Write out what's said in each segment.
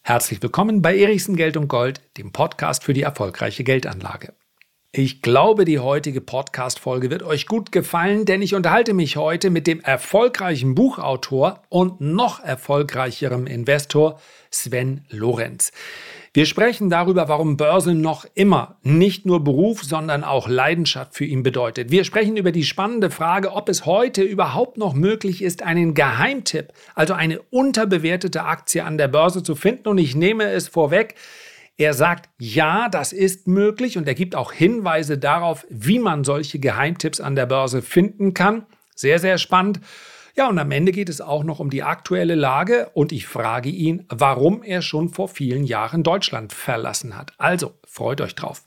Herzlich willkommen bei Erichsen Geld und Gold, dem Podcast für die erfolgreiche Geldanlage. Ich glaube, die heutige Podcast-Folge wird euch gut gefallen, denn ich unterhalte mich heute mit dem erfolgreichen Buchautor und noch erfolgreicherem Investor Sven Lorenz. Wir sprechen darüber, warum Börse noch immer nicht nur Beruf, sondern auch Leidenschaft für ihn bedeutet. Wir sprechen über die spannende Frage, ob es heute überhaupt noch möglich ist, einen Geheimtipp, also eine unterbewertete Aktie an der Börse zu finden. Und ich nehme es vorweg, er sagt, ja, das ist möglich und er gibt auch Hinweise darauf, wie man solche Geheimtipps an der Börse finden kann. Sehr, sehr spannend. Ja, und am Ende geht es auch noch um die aktuelle Lage und ich frage ihn, warum er schon vor vielen Jahren Deutschland verlassen hat. Also, freut euch drauf.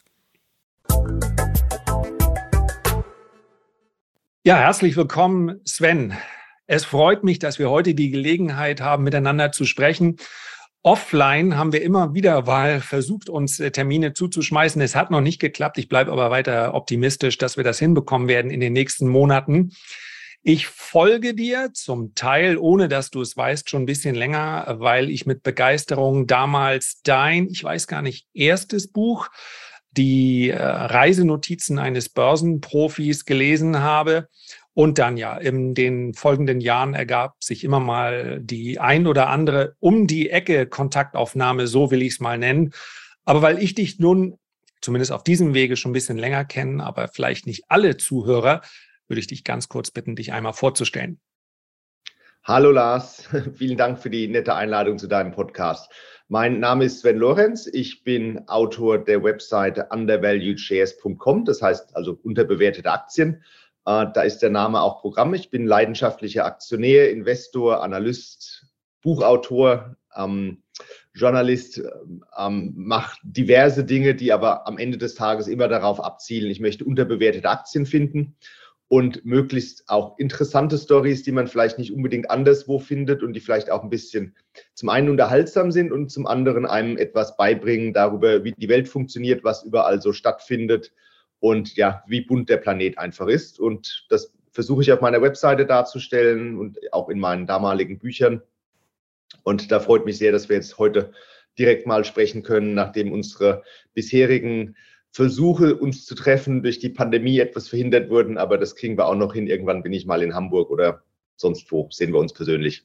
Ja, herzlich willkommen, Sven. Es freut mich, dass wir heute die Gelegenheit haben, miteinander zu sprechen. Offline haben wir immer wieder mal versucht, uns Termine zuzuschmeißen. Es hat noch nicht geklappt. Ich bleibe aber weiter optimistisch, dass wir das hinbekommen werden in den nächsten Monaten. Ich folge dir zum Teil, ohne dass du es weißt, schon ein bisschen länger, weil ich mit Begeisterung damals ich weiß gar nicht, erstes Buch, die Reisenotizen eines Börsenprofis gelesen habe. Und dann ja, in den folgenden Jahren ergab sich immer mal die ein oder andere Um-die-Ecke-Kontaktaufnahme, so will ich es mal nennen. Aber weil ich dich nun zumindest auf diesem Wege schon ein bisschen länger kenne, aber vielleicht nicht alle Zuhörer, würde ich dich ganz kurz bitten, dich einmal vorzustellen. Hallo Lars, vielen Dank für die nette Einladung zu deinem Podcast. Mein Name ist Sven Lorenz, ich bin Autor der Webseite undervaluedshares.com, das heißt also unterbewertete Aktien. Da ist der Name auch Programm. Ich bin leidenschaftlicher Aktionär, Investor, Analyst, Buchautor, Journalist, mache diverse Dinge, die aber am Ende des Tages immer darauf abzielen, ich möchte unterbewertete Aktien finden und möglichst auch interessante Stories, die man vielleicht nicht unbedingt anderswo findet und die vielleicht auch ein bisschen zum einen unterhaltsam sind und zum anderen einem etwas beibringen darüber, wie die Welt funktioniert, was überall so stattfindet und ja, wie bunt der Planet einfach ist. Und das versuche ich auf meiner Webseite darzustellen und auch in meinen damaligen Büchern. Und da freut mich sehr, dass wir jetzt heute direkt mal sprechen können, nachdem unsere bisherigen Versuche, uns zu treffen, durch die Pandemie etwas verhindert wurden. Aber das kriegen wir auch noch hin. Irgendwann bin ich mal in Hamburg oder sonst wo, sehen wir uns persönlich.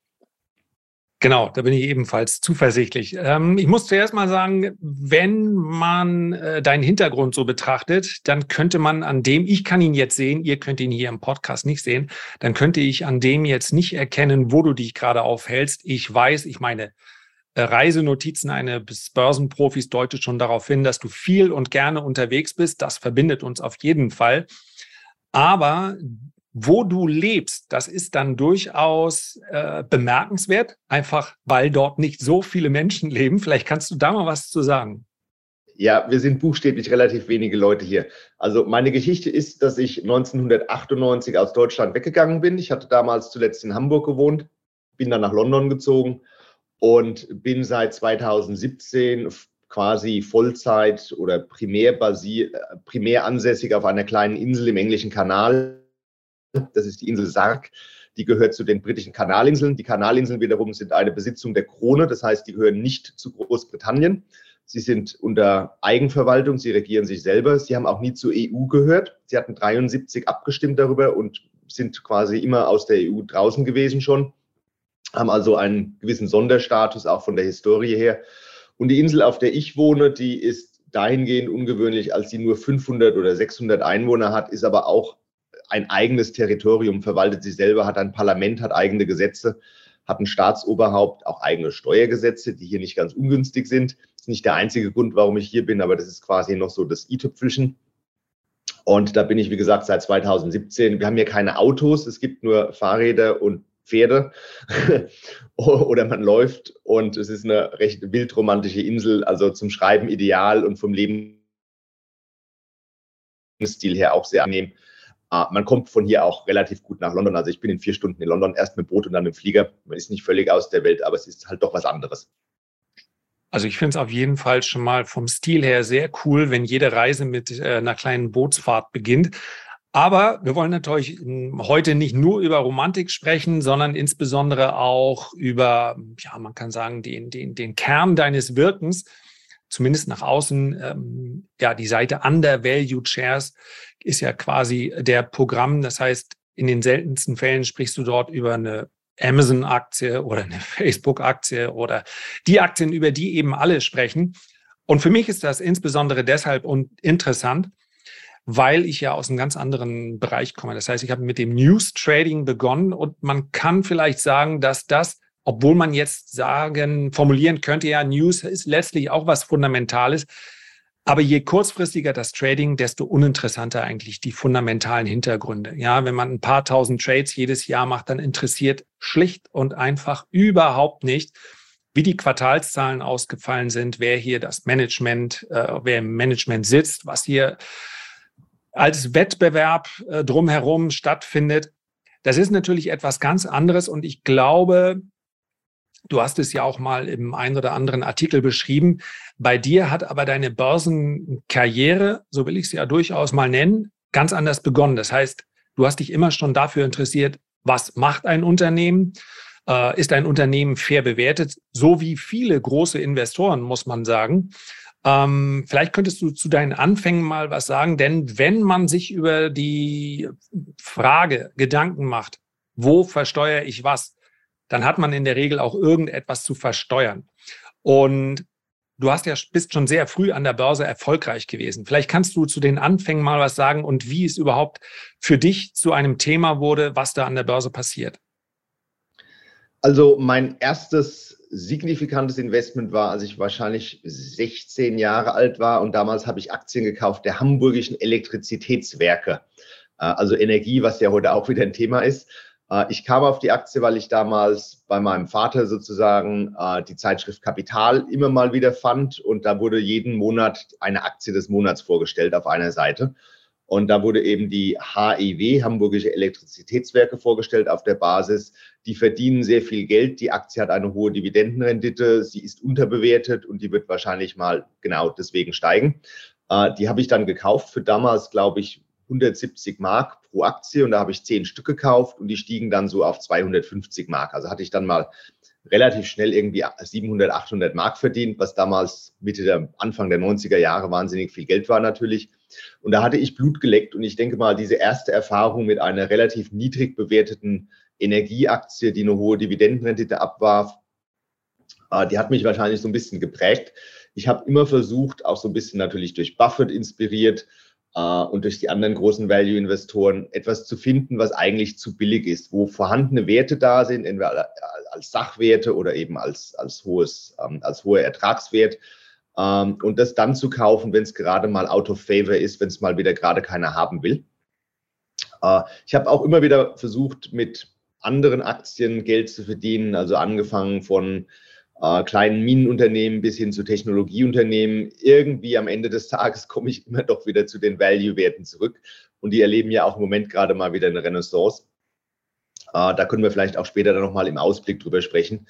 Genau, da bin ich ebenfalls zuversichtlich. Ich muss zuerst mal sagen, wenn man deinen Hintergrund so betrachtet, dann könnte man an dem, ich kann ihn jetzt sehen, ihr könnt ihn hier im Podcast nicht sehen, dann könnte ich an dem jetzt nicht erkennen, wo du dich gerade aufhältst. Ich meine, Reisenotizen eines Börsenprofis deutet schon darauf hin, dass du viel und gerne unterwegs bist. Das verbindet uns auf jeden Fall. Aber wo du lebst, das ist dann durchaus bemerkenswert, einfach weil dort nicht so viele Menschen leben. Vielleicht kannst du da mal was zu sagen. Ja, wir sind buchstäblich relativ wenige Leute hier. Also meine Geschichte ist, dass ich 1998 aus Deutschland weggegangen bin. Ich hatte damals zuletzt in Hamburg gewohnt, bin dann nach London gezogen und bin seit 2017 quasi Vollzeit oder primär ansässig auf einer kleinen Insel im englischen Kanal. Das ist die Insel Sark, die gehört zu den britischen Kanalinseln. Die Kanalinseln wiederum sind eine Besitzung der Krone, das heißt, die gehören nicht zu Großbritannien. Sie sind unter Eigenverwaltung, sie regieren sich selber. Sie haben auch nie zur EU gehört. Sie hatten 1973 abgestimmt darüber und sind quasi immer aus der EU draußen gewesen schon, haben also einen gewissen Sonderstatus, auch von der Historie her. Und die Insel, auf der ich wohne, die ist dahingehend ungewöhnlich, als sie nur 500 oder 600 Einwohner hat, ist aber auch ein eigenes Territorium, verwaltet sich selber, hat ein Parlament, hat eigene Gesetze, hat ein Staatsoberhaupt, auch eigene Steuergesetze, die hier nicht ganz ungünstig sind. Das ist nicht der einzige Grund, warum ich hier bin, aber das ist quasi noch so das i-Tüpfelchen. Und da bin ich, wie gesagt, seit 2017. Wir haben hier keine Autos, es gibt nur Fahrräder und Pferde oder man läuft und es ist eine recht wildromantische Insel, also zum Schreiben ideal und vom Lebensstil her auch sehr angenehm. Man kommt von hier auch relativ gut nach London. Also ich bin in 4 Stunden in London, erst mit Boot und dann mit dem Flieger. Man ist nicht völlig aus der Welt, aber es ist halt doch was anderes. Also ich finde es auf jeden Fall schon mal vom Stil her sehr cool, wenn jede Reise mit einer kleinen Bootsfahrt beginnt. Aber wir wollen natürlich heute nicht nur über Romantik sprechen, sondern insbesondere auch über, ja, man kann sagen, den Kern deines Wirkens, zumindest nach außen. Ja, die Seite Undervalued Shares ist ja quasi der Programm. Das heißt, in den seltensten Fällen sprichst du dort über eine Amazon-Aktie oder eine Facebook-Aktie oder die Aktien, über die eben alle sprechen. Und für mich ist das insbesondere deshalb interessant, weil ich ja aus einem ganz anderen Bereich komme. Das heißt, ich habe mit dem News Trading begonnen und man kann vielleicht sagen, dass das, obwohl man jetzt formulieren könnte, ja, News ist letztlich auch was Fundamentales, aber je kurzfristiger das Trading, desto uninteressanter eigentlich die fundamentalen Hintergründe. Ja, wenn man ein paar tausend Trades jedes Jahr macht, dann interessiert schlicht und einfach überhaupt nicht, wie die Quartalszahlen ausgefallen sind, wer hier das Management, wer im Management sitzt, was hier als Wettbewerb drumherum stattfindet. Das ist natürlich etwas ganz anderes und ich glaube, du hast es ja auch mal im einen oder anderen Artikel beschrieben, bei dir hat aber deine Börsenkarriere, so will ich es ja durchaus mal nennen, ganz anders begonnen. Das heißt, du hast dich immer schon dafür interessiert, was macht ein Unternehmen? Ist ein Unternehmen fair bewertet? So wie viele große Investoren, muss man sagen. Vielleicht könntest du zu deinen Anfängen mal was sagen, denn wenn man sich über die Frage Gedanken macht, wo versteuere ich was, dann hat man in der Regel auch irgendetwas zu versteuern. Und du bist schon sehr früh an der Börse erfolgreich gewesen. Vielleicht kannst du zu den Anfängen mal was sagen und wie es überhaupt für dich zu einem Thema wurde, was da an der Börse passiert. Also mein erstes signifikantes Investment war, als ich wahrscheinlich 16 Jahre alt war und damals habe ich Aktien gekauft der Hamburgischen Elektrizitätswerke, also Energie, was ja heute auch wieder ein Thema ist. Ich kam auf die Aktie, weil ich damals bei meinem Vater sozusagen die Zeitschrift Kapital immer mal wieder fand und da wurde jeden Monat eine Aktie des Monats vorgestellt auf einer Seite. Und da wurde eben die HEW, Hamburgische Elektrizitätswerke, vorgestellt auf der Basis. Die verdienen sehr viel Geld. Die Aktie hat eine hohe Dividendenrendite. Sie ist unterbewertet und die wird wahrscheinlich mal genau deswegen steigen. Die habe ich dann gekauft für damals, glaube ich, 170 Mark pro Aktie. Und da habe ich 10 Stück gekauft und die stiegen dann so auf 250 Mark. Also hatte ich dann mal relativ schnell irgendwie 700, 800 Mark verdient, was damals Anfang der 90er Jahre wahnsinnig viel Geld war natürlich. Und da hatte ich Blut geleckt und ich denke mal, diese erste Erfahrung mit einer relativ niedrig bewerteten Energieaktie, die eine hohe Dividendenrendite abwarf, die hat mich wahrscheinlich so ein bisschen geprägt. Ich habe immer versucht, auch so ein bisschen natürlich durch Buffett inspiriert und durch die anderen großen Value-Investoren etwas zu finden, was eigentlich zu billig ist, wo vorhandene Werte da sind, entweder als Sachwerte oder eben als hoher Ertragswert. Und das dann zu kaufen, wenn es gerade mal out of favor ist, wenn es mal wieder gerade keiner haben will. Ich habe auch immer wieder versucht, mit anderen Aktien Geld zu verdienen, also angefangen von kleinen Minenunternehmen bis hin zu Technologieunternehmen. Irgendwie am Ende des Tages komme ich immer doch wieder zu den Value-Werten zurück. Und die erleben ja auch im Moment gerade mal wieder eine Renaissance. Da können wir vielleicht auch später dann nochmal im Ausblick drüber sprechen.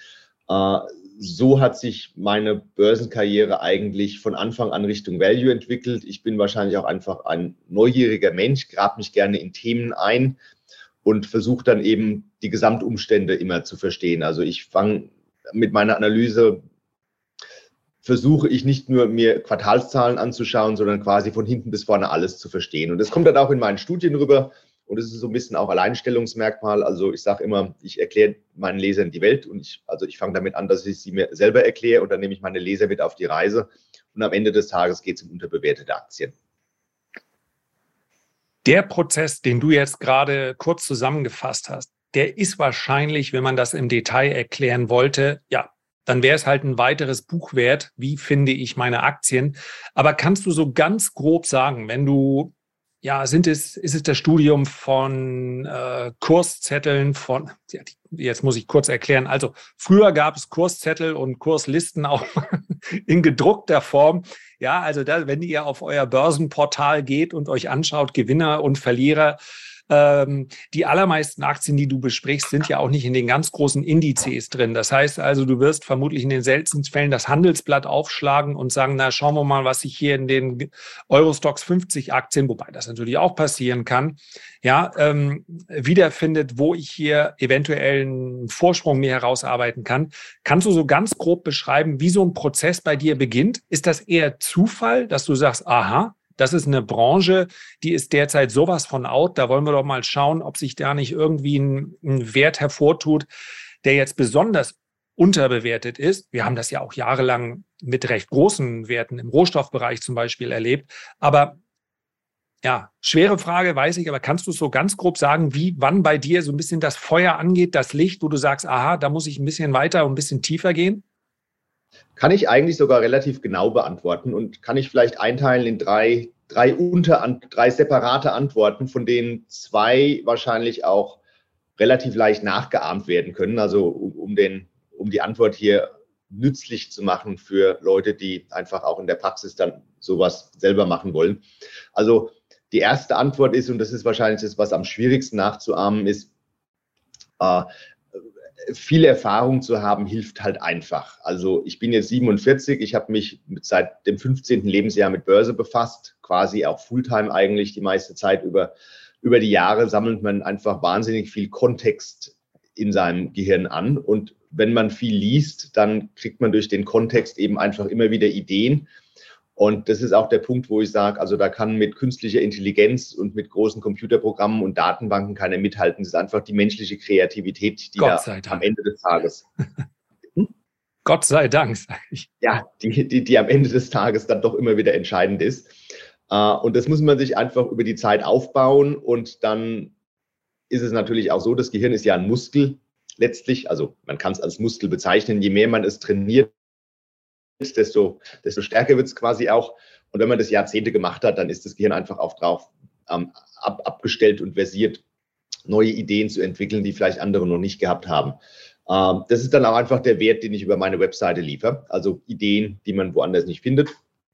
So hat sich meine Börsenkarriere eigentlich von Anfang an Richtung Value entwickelt. Ich bin wahrscheinlich auch einfach ein neugieriger Mensch, grabe mich gerne in Themen ein und versuche dann eben die Gesamtumstände immer zu verstehen. Also ich fange mit meiner Analyse, versuche ich nicht nur mir Quartalszahlen anzuschauen, sondern quasi von hinten bis vorne alles zu verstehen. Und das kommt dann auch in meinen Studien rüber. Und das ist so ein bisschen auch Alleinstellungsmerkmal. Also ich sage immer, ich erkläre meinen Lesern die Welt und ich fange damit an, dass ich sie mir selber erkläre und dann nehme ich meine Leser mit auf die Reise. Und am Ende des Tages geht es um unterbewertete Aktien. Der Prozess, den du jetzt gerade kurz zusammengefasst hast, der ist wahrscheinlich, wenn man das im Detail erklären wollte, ja, dann wäre es halt ein weiteres Buch wert. Wie finde ich meine Aktien? Aber kannst du so ganz grob sagen, wenn du, ja, ist es das Studium von Kurszetteln jetzt muss ich kurz erklären. Also früher gab es Kurszettel und Kurslisten auch in gedruckter Form. Ja, also wenn ihr auf euer Börsenportal geht und euch anschaut, Gewinner und Verlierer, Die allermeisten Aktien, die du besprichst, sind ja auch nicht in den ganz großen Indizes drin. Das heißt also, du wirst vermutlich in den seltensten Fällen das Handelsblatt aufschlagen und sagen, na, schauen wir mal, was sich hier in den Eurostoxx 50 Aktien, wobei das natürlich auch passieren kann, ja, wiederfindet, wo ich hier eventuell einen Vorsprung mir herausarbeiten kann. Kannst du so ganz grob beschreiben, wie so ein Prozess bei dir beginnt? Ist das eher Zufall, dass du sagst, aha, das ist eine Branche, die ist derzeit sowas von out. Da wollen wir doch mal schauen, ob sich da nicht irgendwie ein Wert hervortut, der jetzt besonders unterbewertet ist. Wir haben das ja auch jahrelang mit recht großen Werten im Rohstoffbereich zum Beispiel erlebt. Aber ja, schwere Frage, weiß ich, aber kannst du es so ganz grob sagen, wann bei dir so ein bisschen das Feuer angeht, das Licht, wo du sagst, aha, da muss ich ein bisschen weiter und ein bisschen tiefer gehen? Kann ich eigentlich sogar relativ genau beantworten und kann ich vielleicht einteilen in drei separate Antworten, von denen zwei wahrscheinlich auch relativ leicht nachgeahmt werden können. Also um die Antwort hier nützlich zu machen für Leute, die einfach auch in der Praxis dann sowas selber machen wollen. Also die erste Antwort ist, und das ist wahrscheinlich das, was am schwierigsten nachzuahmen ist, viel Erfahrung zu haben, hilft halt einfach. Also ich bin jetzt 47, ich habe mich seit dem 15. Lebensjahr mit Börse befasst, quasi auch Fulltime eigentlich die meiste Zeit über die Jahre sammelt man einfach wahnsinnig viel Kontext in seinem Gehirn an. Und wenn man viel liest, dann kriegt man durch den Kontext eben einfach immer wieder Ideen. Und das ist auch der Punkt, wo ich sage, also da kann mit künstlicher Intelligenz und mit großen Computerprogrammen und Datenbanken keiner mithalten. Das ist einfach die menschliche Kreativität, die da am Ende des Tages. Gott sei Dank, sage ich. Ja, die am Ende des Tages dann doch immer wieder entscheidend ist. Und das muss man sich einfach über die Zeit aufbauen. Und dann ist es natürlich auch so, das Gehirn ist ja ein Muskel letztlich. Also man kann es als Muskel bezeichnen. Je mehr man es trainiert, desto stärker wird es quasi auch. Und wenn man das Jahrzehnte gemacht hat, dann ist das Gehirn einfach auch drauf abgestellt und versiert, neue Ideen zu entwickeln, die vielleicht andere noch nicht gehabt haben. Das ist dann auch einfach der Wert, den ich über meine Webseite liefere. Also Ideen, die man woanders nicht findet.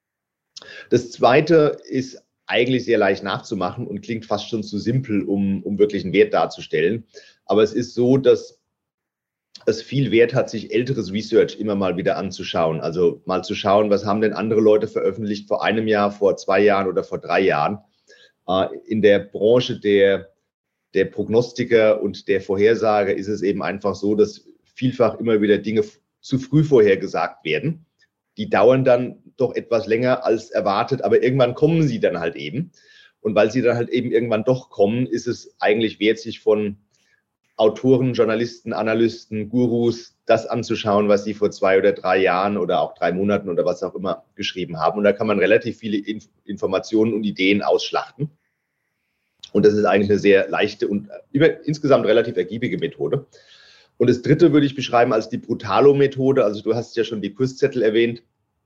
Das Zweite ist eigentlich sehr leicht nachzumachen und klingt fast schon zu simpel, um wirklich einen Wert darzustellen. Aber es ist so, dass es viel Wert hat, sich älteres Research immer mal wieder anzuschauen. Also mal zu schauen, was haben denn andere Leute veröffentlicht vor einem Jahr, vor 2 Jahren oder vor 3 Jahren. In der Branche der Prognostiker und der Vorhersager ist es eben einfach so, dass vielfach immer wieder Dinge zu früh vorhergesagt werden. Die dauern dann doch etwas länger als erwartet, aber irgendwann kommen sie dann halt eben. Und weil sie dann halt eben irgendwann doch kommen, ist es eigentlich wert, sich von Autoren, Journalisten, Analysten, Gurus das anzuschauen, was sie vor 2 oder 3 Jahren oder auch 3 Monaten oder was auch immer geschrieben haben. Und da kann man relativ viele Informationen und Ideen ausschlachten. Und das ist eigentlich eine sehr leichte und insgesamt relativ ergiebige Methode. Und das Dritte würde ich beschreiben als die Brutalo-Methode. Also du hast ja schon die Kurszettel erwähnt.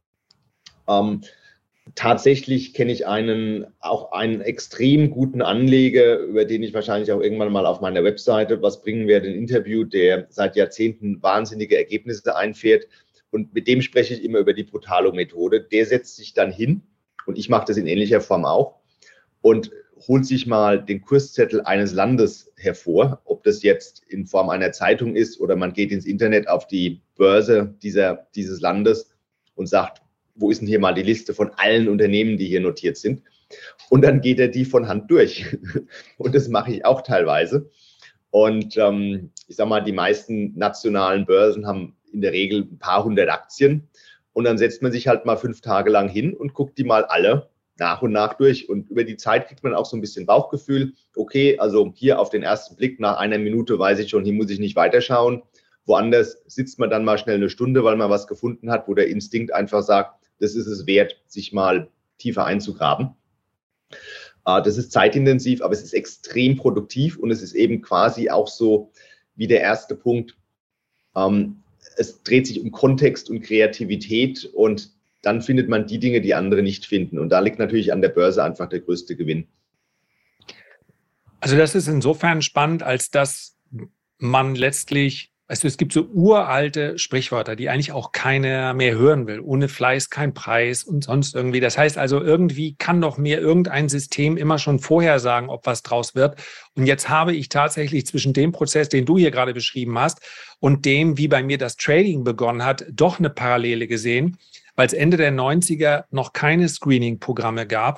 Tatsächlich kenne ich einen extrem guten Anleger, über den ich wahrscheinlich auch irgendwann mal auf meiner Webseite was bringen werde, ein Interview, der seit Jahrzehnten wahnsinnige Ergebnisse einfährt. Und mit dem spreche ich immer über die Brutalo-Methode. Der setzt sich dann hin, und ich mache das in ähnlicher Form auch, und holt sich mal den Kurszettel eines Landes hervor, ob das jetzt in Form einer Zeitung ist oder man geht ins Internet auf die Börse dieses Landes und sagt, wo ist denn hier mal die Liste von allen Unternehmen, die hier notiert sind? Und dann geht er die von Hand durch. Und das mache ich auch teilweise. Und ich sage mal, die meisten nationalen Börsen haben in der Regel ein paar hundert Aktien. Und dann setzt man sich halt mal 5 Tage lang hin und guckt die mal alle nach und nach durch. Und über die Zeit kriegt man auch so ein bisschen Bauchgefühl. Okay, also hier auf den ersten Blick nach 1 Minute weiß ich schon, hier muss ich nicht weiterschauen. Woanders sitzt man dann mal schnell 1 Stunde, weil man was gefunden hat, wo der Instinkt einfach sagt, das ist es wert, sich mal tiefer einzugraben. Das ist zeitintensiv, aber es ist extrem produktiv und es ist eben quasi auch so wie der erste Punkt. Es dreht sich um Kontext und Kreativität und dann findet man die Dinge, die andere nicht finden. Und da liegt natürlich an der Börse einfach der größte Gewinn. Also das ist insofern spannend, als dass man letztlich Weißt du, es gibt so uralte Sprichwörter, die eigentlich auch keiner mehr hören will. Ohne Fleiß kein Preis und sonst irgendwie. Das heißt also, irgendwie kann doch mir irgendein System immer schon vorher sagen, ob was draus wird. Und jetzt habe ich tatsächlich zwischen dem Prozess, den du hier gerade beschrieben hast, und dem, wie bei mir das Trading begonnen hat, doch eine Parallele gesehen, weil es Ende der 90er noch keine Screening-Programme gab.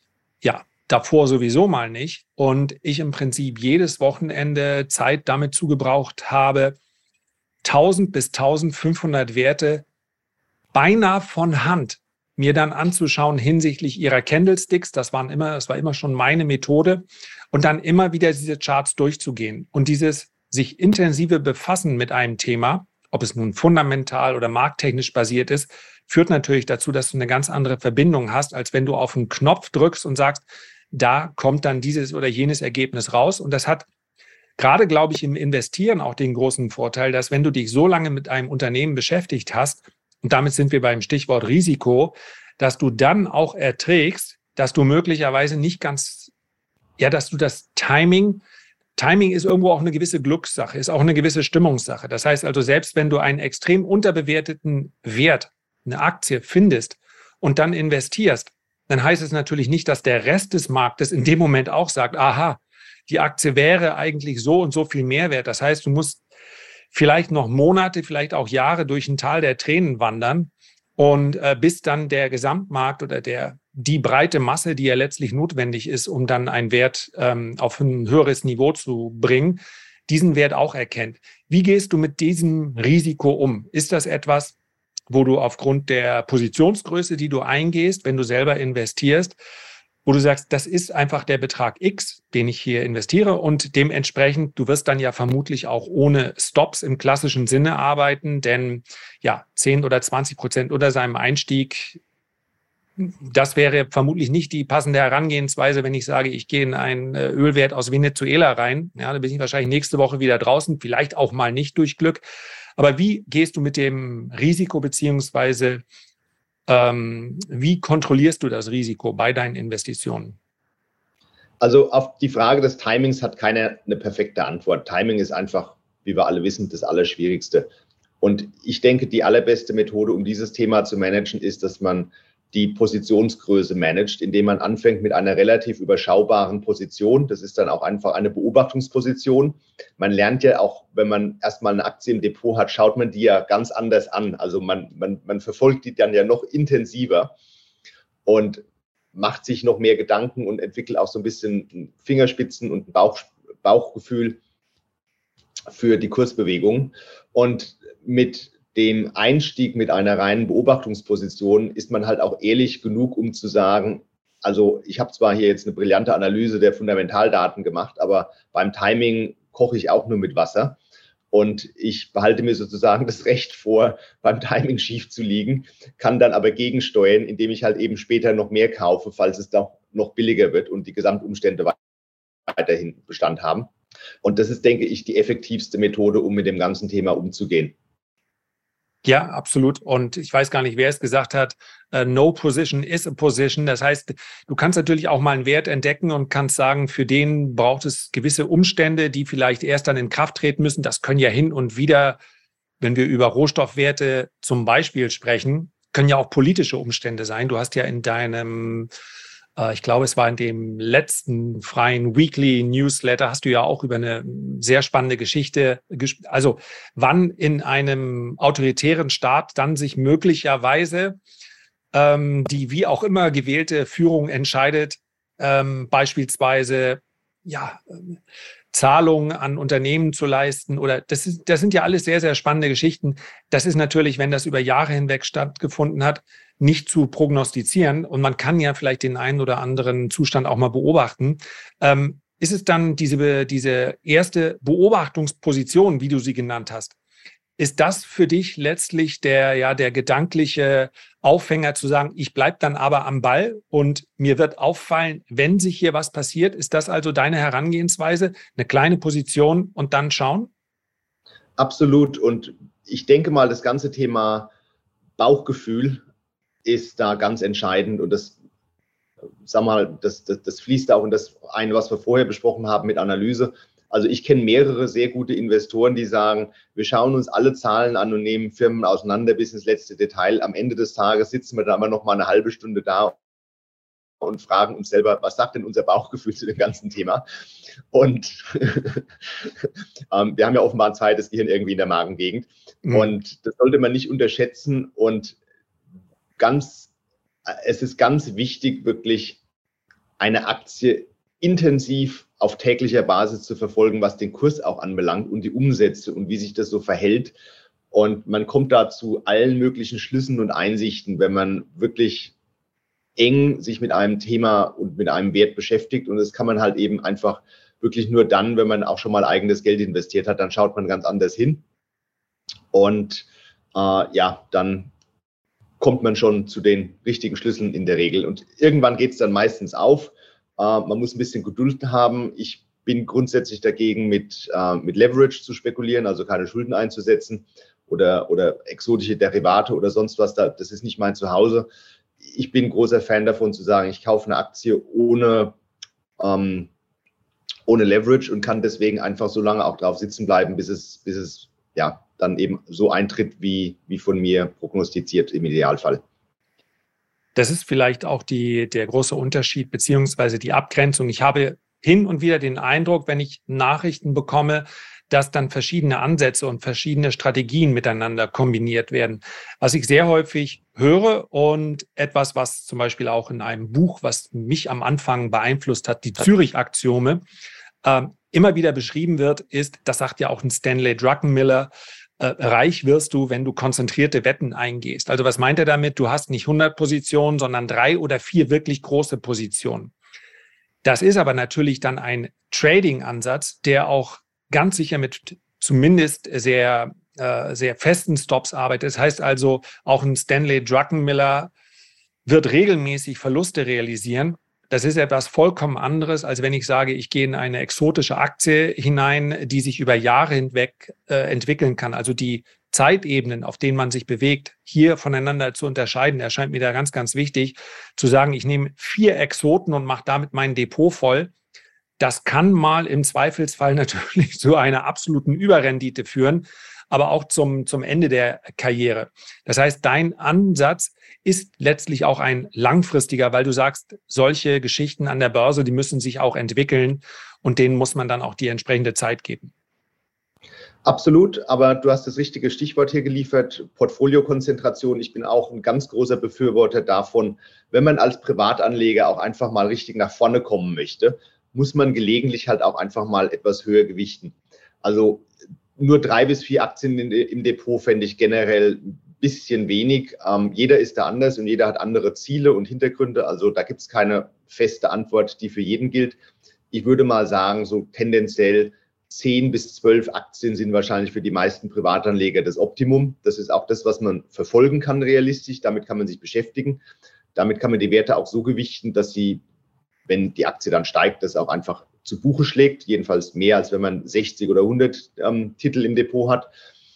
Ja, davor sowieso mal nicht. Und ich im Prinzip jedes Wochenende Zeit damit zugebraucht habe, 1000 bis 1500 Werte beinahe von Hand mir dann anzuschauen hinsichtlich ihrer Candlesticks. Das war immer schon meine Methode. Und dann immer wieder diese Charts durchzugehen. Und dieses sich intensive Befassen mit einem Thema, ob es nun fundamental oder markttechnisch basiert ist, führt natürlich dazu, dass du eine ganz andere Verbindung hast, als wenn du auf einen Knopf drückst und sagst, da kommt dann dieses oder jenes Ergebnis raus. Und das hat gerade, glaube ich, im Investieren auch den großen Vorteil, dass wenn du dich so lange mit einem Unternehmen beschäftigt hast, und damit sind wir beim Stichwort Risiko, dass du dann auch erträgst, dass du möglicherweise nicht ganz, ja, dass du das Timing ist irgendwo auch eine gewisse Glückssache, ist auch eine gewisse Stimmungssache. Das heißt also, selbst wenn du einen extrem unterbewerteten Wert, eine Aktie findest und dann investierst, dann heißt es natürlich nicht, dass der Rest des Marktes in dem Moment auch sagt, aha, die Aktie wäre eigentlich so und so viel mehr wert. Das heißt, du musst vielleicht noch Monate, vielleicht auch Jahre durch ein Tal der Tränen wandern und bis dann der Gesamtmarkt oder die breite Masse, die ja letztlich notwendig ist, um dann einen Wert auf ein höheres Niveau zu bringen, diesen Wert auch erkennt. Wie gehst du mit diesem Risiko um? Ist das etwas, wo du aufgrund der Positionsgröße, die du eingehst, wenn du selber investierst, wo du sagst, das ist einfach der Betrag X, den ich hier investiere und dementsprechend, du wirst dann ja vermutlich auch ohne Stops im klassischen Sinne arbeiten, denn ja, 10 oder 20% unter seinem Einstieg, das wäre vermutlich nicht die passende Herangehensweise, wenn ich sage, ich gehe in einen Ölwert aus Venezuela rein. Ja, da bin ich wahrscheinlich nächste Woche wieder draußen, vielleicht auch mal nicht durch Glück. Aber wie gehst du mit dem Risiko beziehungsweise wie kontrollierst du das Risiko bei deinen Investitionen? Also auf die Frage des Timings hat keiner eine perfekte Antwort. Timing ist einfach, wie wir alle wissen, das Allerschwierigste. Und ich denke, die allerbeste Methode, um dieses Thema zu managen, ist, dass man die Positionsgröße managt, indem man anfängt mit einer relativ überschaubaren Position. Das ist dann auch einfach eine Beobachtungsposition. Man lernt ja auch, wenn man erstmal eine Aktie im Depot hat, schaut man die ja ganz anders an. Also man verfolgt die dann ja noch intensiver und macht sich noch mehr Gedanken und entwickelt auch so ein bisschen Fingerspitzen und ein Bauchgefühl für die Kursbewegung. Und mit dem Einstieg mit einer reinen Beobachtungsposition ist man halt auch ehrlich genug, um zu sagen, also ich habe zwar hier jetzt eine brillante Analyse der Fundamentaldaten gemacht, aber beim Timing koche ich auch nur mit Wasser und ich behalte mir sozusagen das Recht vor, beim Timing schief zu liegen, kann dann aber gegensteuern, indem ich halt eben später noch mehr kaufe, falls es doch noch billiger wird und die Gesamtumstände weiterhin Bestand haben. Und das ist, denke ich, die effektivste Methode, um mit dem ganzen Thema umzugehen. Ja, absolut. Und ich weiß gar nicht, wer es gesagt hat, no position is a position. Das heißt, du kannst natürlich auch mal einen Wert entdecken und kannst sagen, für den braucht es gewisse Umstände, die vielleicht erst dann in Kraft treten müssen. Das können ja hin und wieder, wenn wir über Rohstoffwerte zum Beispiel sprechen, können ja auch politische Umstände sein. Du hast ja in deinem ich glaube, es war in dem letzten freien Weekly Newsletter, hast du ja auch über eine sehr spannende Geschichte, also wann in einem autoritären Staat dann sich möglicherweise die wie auch immer gewählte Führung entscheidet, beispielsweise ja, Zahlungen an Unternehmen zu leisten oder das sind ja alles sehr, sehr spannende Geschichten. Das ist natürlich, wenn das über Jahre hinweg stattgefunden hat, nicht zu prognostizieren und man kann ja vielleicht den einen oder anderen Zustand auch mal beobachten. Ist es dann diese erste Beobachtungsposition, wie du sie genannt hast, ist das für dich letztlich der gedankliche Aufhänger zu sagen, ich bleibe dann aber am Ball und mir wird auffallen, wenn sich hier was passiert? Ist das also deine Herangehensweise, eine kleine Position und dann schauen? Absolut. Und ich denke mal, das ganze Thema Bauchgefühl ist da ganz entscheidend und das fließt auch in das eine, was wir vorher besprochen haben mit Analyse. Also ich kenne mehrere sehr gute Investoren, die sagen, wir schauen uns alle Zahlen an und nehmen Firmen auseinander bis ins letzte Detail. Am Ende des Tages sitzen wir da aber noch mal eine halbe Stunde da und fragen uns selber, was sagt denn unser Bauchgefühl zu dem ganzen Thema? Und wir haben ja offenbar ein zweites Gehirn irgendwie in der Magengegend. Und das sollte man nicht unterschätzen. Und es ist ganz wichtig, wirklich eine Aktie intensiv auf täglicher Basis zu verfolgen, was den Kurs auch anbelangt und die Umsätze und wie sich das so verhält. Und man kommt da zu allen möglichen Schlüssen und Einsichten, wenn man wirklich eng sich mit einem Thema und mit einem Wert beschäftigt. Und das kann man halt eben einfach wirklich nur dann, wenn man auch schon mal eigenes Geld investiert hat, dann schaut man ganz anders hin. Und dann kommt man schon zu den richtigen Schlüsseln in der Regel. Und irgendwann geht es dann meistens auf. Man muss ein bisschen Geduld haben. Ich bin grundsätzlich dagegen, mit Leverage zu spekulieren, also keine Schulden einzusetzen oder exotische Derivate oder sonst was. Das ist nicht mein Zuhause. Ich bin großer Fan davon zu sagen, ich kaufe eine Aktie ohne Leverage und kann deswegen einfach so lange auch drauf sitzen bleiben, bis es dann eben so eintritt, wie von mir prognostiziert im Idealfall. Das ist vielleicht auch der große Unterschied beziehungsweise die Abgrenzung. Ich habe hin und wieder den Eindruck, wenn ich Nachrichten bekomme, dass dann verschiedene Ansätze und verschiedene Strategien miteinander kombiniert werden. Was ich sehr häufig höre und etwas, was zum Beispiel auch in einem Buch, was mich am Anfang beeinflusst hat, die Zürich-Axiome, immer wieder beschrieben wird, ist, das sagt ja auch ein Stanley Druckenmiller, reich wirst du, wenn du konzentrierte Wetten eingehst. Also was meint er damit? Du hast nicht 100 Positionen, sondern 3 oder 4 wirklich große Positionen. Das ist aber natürlich dann ein Trading-Ansatz, der auch ganz sicher mit zumindest sehr festen Stops arbeitet. Das heißt also, auch ein Stanley Druckenmiller wird regelmäßig Verluste realisieren. Das ist etwas vollkommen anderes, als wenn ich sage, ich gehe in eine exotische Aktie hinein, die sich über Jahre hinweg entwickeln kann. Also die Zeitebenen, auf denen man sich bewegt, hier voneinander zu unterscheiden, erscheint mir da ganz, ganz wichtig, zu sagen, ich nehme 4 Exoten und mache damit mein Depot voll. Das kann mal im Zweifelsfall natürlich zu einer absoluten Überrendite führen, aber auch zum Ende der Karriere. Das heißt, dein Ansatz ist letztlich auch ein langfristiger, weil du sagst, solche Geschichten an der Börse, die müssen sich auch entwickeln und denen muss man dann auch die entsprechende Zeit geben. Absolut, aber du hast das richtige Stichwort hier geliefert, Portfoliokonzentration. Ich bin auch ein ganz großer Befürworter davon, wenn man als Privatanleger auch einfach mal richtig nach vorne kommen möchte, muss man gelegentlich halt auch einfach mal etwas höher gewichten. Also nur 3 bis 4 Aktien im Depot fände ich generell ein bisschen wenig. Jeder ist da anders und jeder hat andere Ziele und Hintergründe. Also da gibt es keine feste Antwort, die für jeden gilt. Ich würde mal sagen, so tendenziell 10 bis 12 Aktien sind wahrscheinlich für die meisten Privatanleger das Optimum. Das ist auch das, was man verfolgen kann realistisch. Damit kann man sich beschäftigen. Damit kann man die Werte auch so gewichten, dass sie, wenn die Aktie dann steigt, das auch einfach zu Buche schlägt. Jedenfalls mehr, als wenn man 60 oder 100 Titel im Depot hat.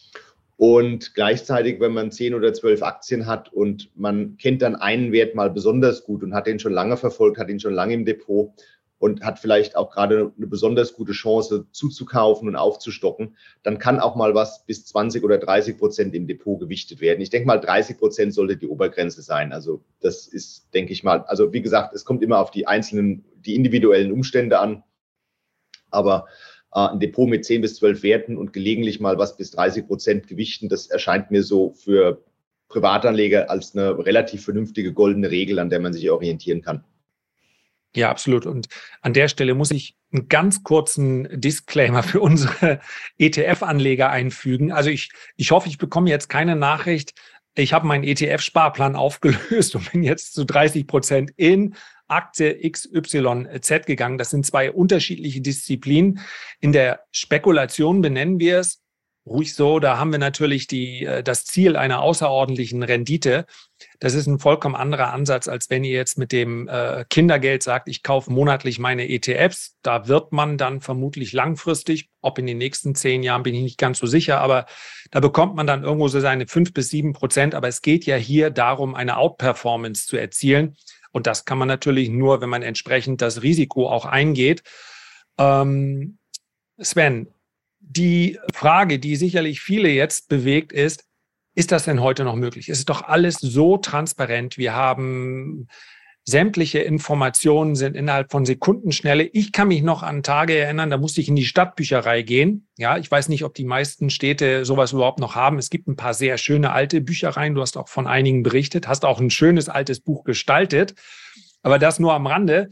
Und gleichzeitig, wenn man 10 oder 12 Aktien hat und man kennt dann einen Wert mal besonders gut und hat den schon lange verfolgt, hat ihn schon lange im Depot und hat vielleicht auch gerade eine besonders gute Chance zuzukaufen und aufzustocken, dann kann auch mal was bis 20 oder 30% im Depot gewichtet werden. Ich denke mal, 30% sollte die Obergrenze sein. Also das ist, denke ich mal, also wie gesagt, es kommt immer auf die individuellen Umstände an. Aber ein Depot mit 10 bis 12 Werten und gelegentlich mal was bis 30% gewichten, das erscheint mir so für Privatanleger als eine relativ vernünftige goldene Regel, an der man sich orientieren kann. Ja, absolut. Und an der Stelle muss ich einen ganz kurzen Disclaimer für unsere ETF-Anleger einfügen. Also ich hoffe, ich bekomme jetzt keine Nachricht, ich habe meinen ETF-Sparplan aufgelöst und bin jetzt zu 30% in Aktie XYZ gegangen. Das sind 2 unterschiedliche Disziplinen. In der Spekulation benennen wir es ruhig so. Da haben wir natürlich das Ziel einer außerordentlichen Rendite. Das ist ein vollkommen anderer Ansatz, als wenn ihr jetzt mit dem Kindergeld sagt, ich kaufe monatlich meine ETFs. Da wird man dann vermutlich langfristig, ob in den nächsten 10 Jahren, bin ich nicht ganz so sicher, aber da bekommt man dann irgendwo so seine 5 bis 7%. Aber es geht ja hier darum, eine Outperformance zu erzielen. Und das kann man natürlich nur, wenn man entsprechend das Risiko auch eingeht. Sven, die Frage, die sicherlich viele jetzt bewegt, ist das denn heute noch möglich? Es ist doch alles so transparent. Wir haben sämtliche Informationen sind innerhalb von Sekundenschnelle. Ich kann mich noch an Tage erinnern, da musste ich in die Stadtbücherei gehen. Ja, ich weiß nicht, ob die meisten Städte sowas überhaupt noch haben. Es gibt ein paar sehr schöne alte Büchereien. Du hast auch von einigen berichtet, hast auch ein schönes altes Buch gestaltet. Aber das nur am Rande.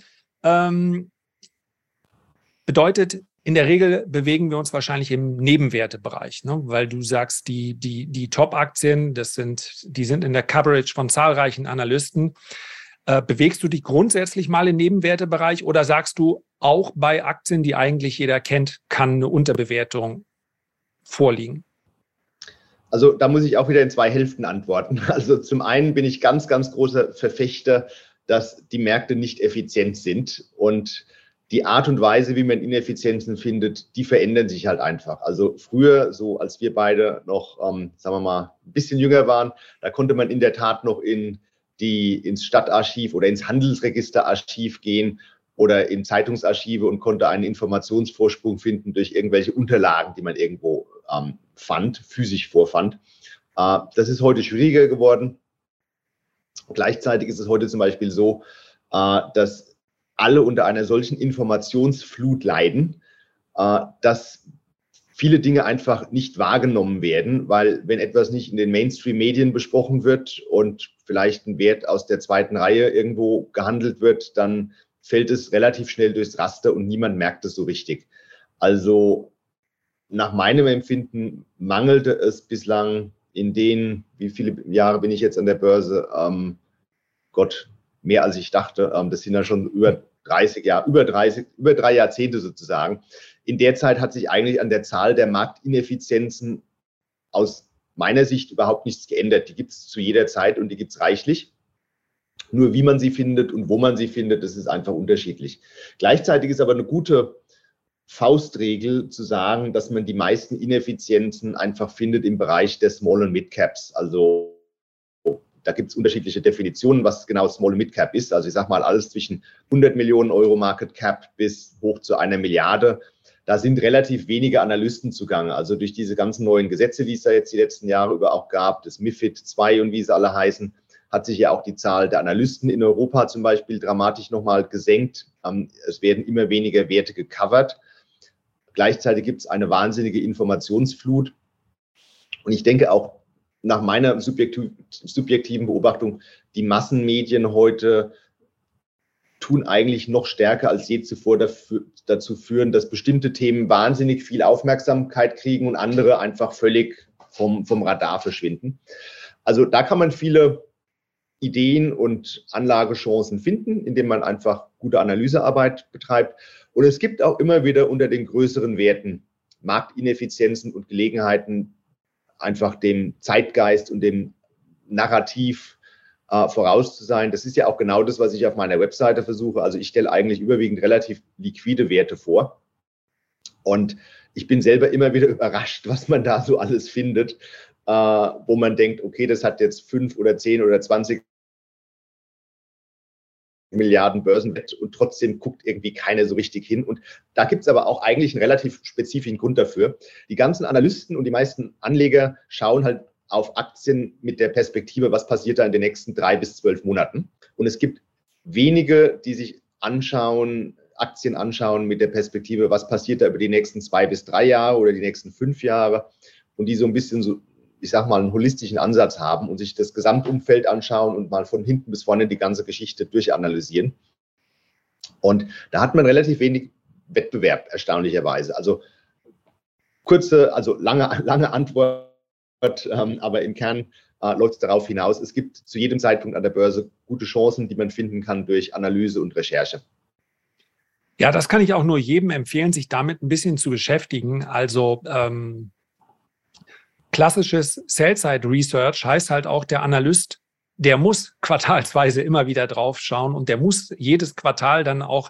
Bedeutet, in der Regel bewegen wir uns wahrscheinlich im Nebenwertebereich, ne? Weil du sagst, die Top-Aktien, die sind in der Coverage von zahlreichen Analysten. Bewegst du dich grundsätzlich mal im Nebenwertebereich oder sagst du, auch bei Aktien, die eigentlich jeder kennt, kann eine Unterbewertung vorliegen? Also da muss ich auch wieder in zwei Hälften antworten. Also zum einen bin ich ganz, ganz großer Verfechter, dass die Märkte nicht effizient sind und die Art und Weise, wie man Ineffizienzen findet, die verändern sich halt einfach. Also früher, so als wir beide noch, sagen wir mal, ein bisschen jünger waren, da konnte man in der Tat noch ins Stadtarchiv oder ins Handelsregisterarchiv gehen oder in Zeitungsarchive und konnte einen Informationsvorsprung finden durch irgendwelche Unterlagen, die man irgendwo physisch vorfand. Das ist heute schwieriger geworden. Gleichzeitig ist es heute zum Beispiel so, dass alle unter einer solchen Informationsflut leiden, dass viele Dinge einfach nicht wahrgenommen werden, weil wenn etwas nicht in den Mainstream-Medien besprochen wird und vielleicht ein Wert aus der zweiten Reihe irgendwo gehandelt wird, dann fällt es relativ schnell durchs Raster und niemand merkt es so richtig. Also nach meinem Empfinden mangelte es bislang in den, wie viele Jahre bin ich jetzt an der Börse? Mehr als ich dachte. Das sind dann schon über 30 Jahre, über 3 Jahrzehnte sozusagen. In der Zeit hat sich eigentlich an der Zahl der Marktineffizienzen aus meiner Sicht überhaupt nichts geändert. Die gibt es zu jeder Zeit und die gibt es reichlich. Nur wie man sie findet und wo man sie findet, das ist einfach unterschiedlich. Gleichzeitig ist aber eine gute Faustregel zu sagen, dass man die meisten Ineffizienzen einfach findet im Bereich der Small- und Mid-Caps. Also da gibt es unterschiedliche Definitionen, was genau Small- und Mid-Cap ist. Also ich sage mal, alles zwischen 100 Millionen Euro Market Cap bis hoch zu 1 Milliarde. Da sind relativ wenige Analysten zugange. Also durch diese ganzen neuen Gesetze, die es da jetzt die letzten Jahre über auch gab, das MiFID II und wie sie alle heißen, hat sich ja auch die Zahl der Analysten in Europa zum Beispiel dramatisch nochmal gesenkt. Es werden immer weniger Werte gecovert. Gleichzeitig gibt es eine wahnsinnige Informationsflut. Und ich denke auch, nach meiner subjektiven Beobachtung, die Massenmedien heute tun eigentlich noch stärker als je zuvor dazu führen, dass bestimmte Themen wahnsinnig viel Aufmerksamkeit kriegen und andere einfach völlig vom Radar verschwinden. Also da kann man viele Ideen und Anlagechancen finden, indem man einfach gute Analysearbeit betreibt. Und es gibt auch immer wieder unter den größeren Werten Marktineffizienzen und Gelegenheiten, einfach dem Zeitgeist und dem Narrativ voraus zu sein. Das ist ja auch genau das, was ich auf meiner Webseite versuche. Also ich stelle eigentlich überwiegend relativ liquide Werte vor. Und ich bin selber immer wieder überrascht, was man da so alles findet, wo man denkt, okay, das hat jetzt 5 oder 10 oder 20 Milliarden Börsenwert und trotzdem guckt irgendwie keiner so richtig hin. Und da gibt es aber auch eigentlich einen relativ spezifischen Grund dafür. Die ganzen Analysten und die meisten Anleger schauen halt auf Aktien mit der Perspektive, was passiert da in den nächsten 3 bis 12 Monaten. Und es gibt wenige, die sich Aktien anschauen mit der Perspektive, was passiert da über die nächsten 2 bis 3 Jahre oder die nächsten 5 Jahre und die so ein bisschen so, ich sag mal, einen holistischen Ansatz haben und sich das Gesamtumfeld anschauen und mal von hinten bis vorne die ganze Geschichte durchanalysieren. Und da hat man relativ wenig Wettbewerb, erstaunlicherweise. Also lange Antwort, aber im Kern läuft es darauf hinaus, es gibt zu jedem Zeitpunkt an der Börse gute Chancen, die man finden kann durch Analyse und Recherche. Ja, das kann ich auch nur jedem empfehlen, sich damit ein bisschen zu beschäftigen. Also klassisches Sell-Side-Research heißt halt auch, der Analyst, der muss quartalsweise immer wieder drauf schauen und der muss jedes Quartal dann auch